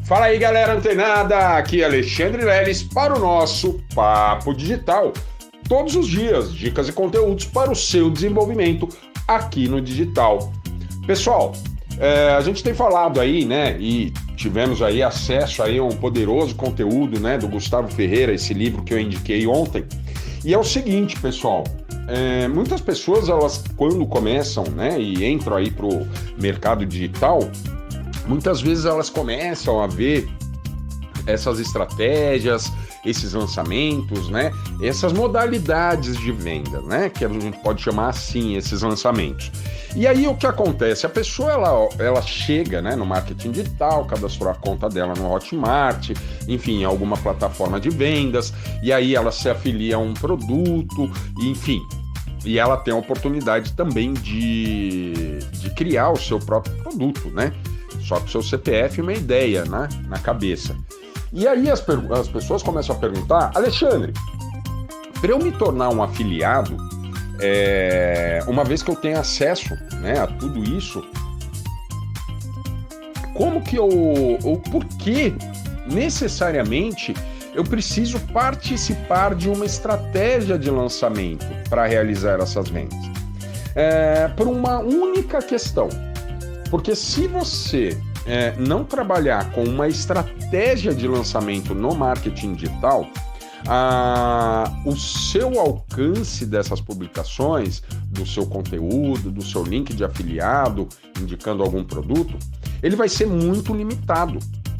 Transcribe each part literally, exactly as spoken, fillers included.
Fala aí, galera antenada, aqui é Alexandre Leles para o nosso Papo Digital. Todos os dias, dicas e conteúdos para o seu desenvolvimento aqui no digital. Pessoal, é, a gente tem falado aí, né, e tivemos aí acesso aí a um poderoso conteúdo, né, do Gustavo Ferreira, esse livro que eu indiquei ontem. E é o seguinte, pessoal, é, muitas pessoas, elas quando começam, né, e entram aí para o mercado digital, muitas vezes elas começam a ver essas estratégias, esses lançamentos, né? Essas modalidades de venda, né? Que a gente pode chamar assim, esses lançamentos. E aí o que acontece? A pessoa, ela, ela chega, né, no marketing digital, cadastrou a conta dela no Hotmart, enfim, em alguma plataforma de vendas, e aí ela se afilia a um produto, enfim. E ela tem a oportunidade também de, de criar o seu próprio produto, né? Só com o seu C P F e uma ideia, né, na cabeça. E aí as, as pessoas começam a perguntar: Alexandre, para eu me tornar um afiliado, é, uma vez que eu tenho acesso, né, a tudo isso, como que eu, ou por que necessariamente eu preciso participar de uma estratégia de lançamento para realizar essas vendas? É, por uma única questão. Porque se você é, não trabalhar com uma estratégia de lançamento no marketing digital, a, o seu alcance dessas publicações, do seu conteúdo, do seu link de afiliado, indicando algum produto, ele vai ser muito limitado,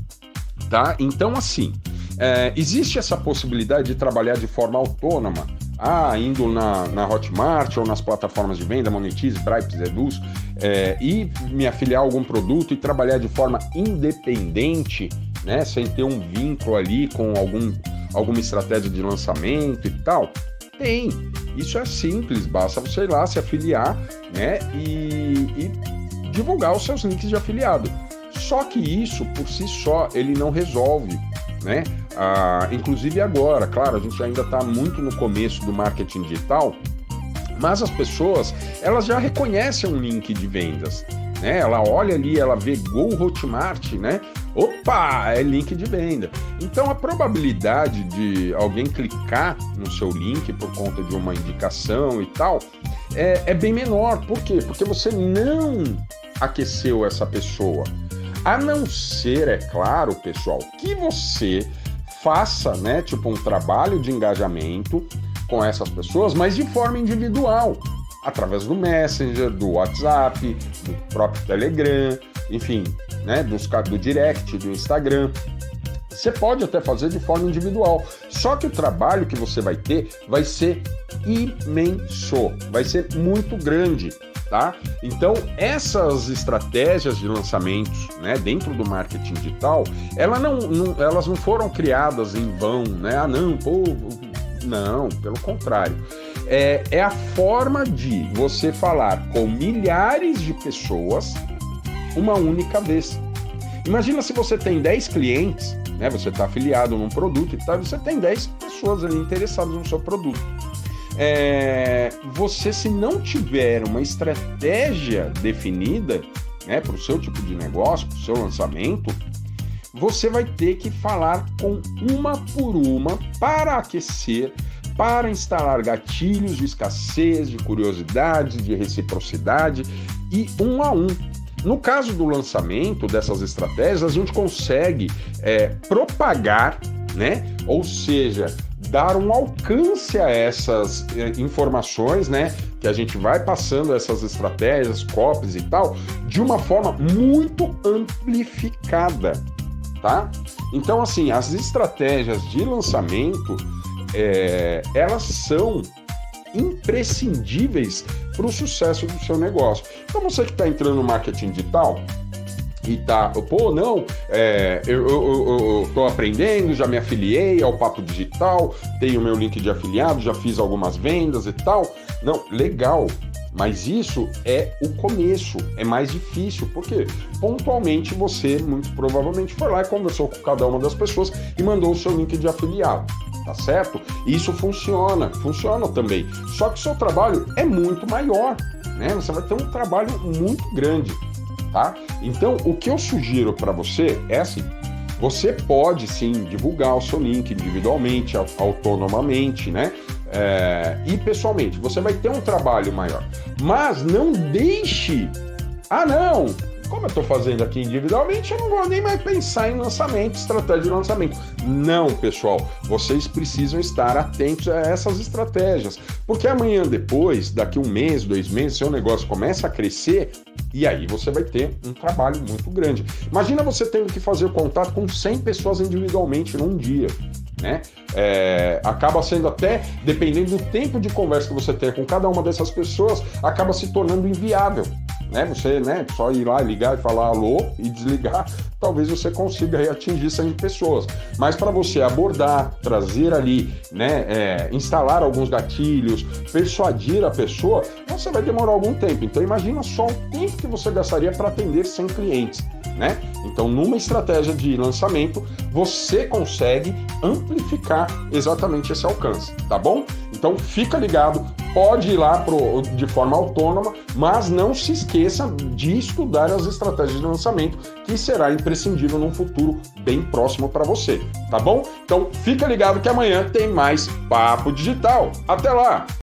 tá? Então, assim, é, existe essa possibilidade de trabalhar de forma autônoma, ah, indo na, na Hotmart ou nas plataformas de venda, Monetize, Bripes, Eduz, é, e me afiliar a algum produto e trabalhar de forma independente, né, sem ter um vínculo ali com algum, alguma estratégia de lançamento e tal? Tem. Isso é simples, basta você ir lá se afiliar, né, e, e divulgar os seus links de afiliado. Só que isso, por si só, ele não resolve, né? Ah, inclusive agora, claro, a gente ainda está muito no começo do marketing digital, mas as pessoas, elas já reconhecem um link de vendas, né? Ela olha ali, ela vê Go Hotmart, né? Opa, é link de venda. Então a probabilidade de alguém clicar no seu link por conta de uma indicação e tal é, é bem menor. Por quê? Porque você não aqueceu essa pessoa. A não ser, é claro, pessoal, que você faça, né, tipo um trabalho de engajamento com essas pessoas, mas de forma individual, através do Messenger, do WhatsApp, do próprio Telegram, enfim, né, dos, do Direct, do Instagram. Você pode até fazer de forma individual, só que o trabalho que você vai ter vai ser imenso, vai ser muito grande. Tá? Então, essas estratégias de lançamentos, né, dentro do marketing digital, ela não, não, elas não foram criadas em vão, né? Ah, não, pô, não, pelo contrário. É, é a forma de você falar com milhares de pessoas uma única vez. Imagina se você tem dez clientes, né, você está afiliado num produto e tal, você tem dez pessoas ali interessadas no seu produto. É, você, se não tiver uma estratégia definida, né, para o seu tipo de negócio, para o seu lançamento, você vai ter que falar com uma por uma para aquecer, para instalar gatilhos de escassez, de curiosidade, de reciprocidade e um a um. No caso do lançamento dessas estratégias, a gente consegue é, propagar, né, ou seja, dar um alcance a essas informações, né, que a gente vai passando essas estratégias, copies e tal, de uma forma muito amplificada, tá? Então, assim, as estratégias de lançamento, é, elas são imprescindíveis para o sucesso do seu negócio. Então, você que está entrando no marketing digital, e tá, pô, não, é, eu, eu, eu, eu tô aprendendo, já me afiliei ao Papo Digital, tenho meu link de afiliado, já fiz algumas vendas e tal. Não, legal, mas isso é o começo, é mais difícil, porque pontualmente você, muito provavelmente, foi lá e conversou com cada uma das pessoas e mandou o seu link de afiliado, tá certo? Isso funciona, funciona também, só que o seu trabalho é muito maior, né? Você vai ter um trabalho muito grande. Tá? Então, o que eu sugiro para você é assim: você pode sim divulgar o seu link individualmente, autonomamente, né? É, e pessoalmente, você vai ter um trabalho maior. Mas não deixe. Ah, não! Como eu estou fazendo aqui individualmente, eu não vou nem mais pensar em lançamento, estratégia de lançamento. Não, pessoal, vocês precisam estar atentos a essas estratégias, porque amanhã depois, daqui um mês, dois meses, seu negócio começa a crescer e aí você vai ter um trabalho muito grande. Imagina você tendo que fazer o contato com cem pessoas individualmente num dia. Né? É, acaba sendo até, dependendo do tempo de conversa que você tem com cada uma dessas pessoas, acaba se tornando inviável. Né? Você, né, só ir lá, ligar e falar alô e desligar, talvez você consiga aí atingir cem pessoas. Mas para você abordar, trazer ali, né, é, instalar alguns gatilhos, persuadir a pessoa, você vai demorar algum tempo. Então imagina só o tempo que você gastaria para atender cem clientes. Né? Então, numa estratégia de lançamento, você consegue amplificar exatamente esse alcance, tá bom? Então, fica ligado, pode ir lá pro, de forma autônoma, mas não se esqueça de estudar as estratégias de lançamento, que será imprescindível num futuro bem próximo para você, tá bom? Então, fica ligado que amanhã tem mais Papo Digital. Até lá!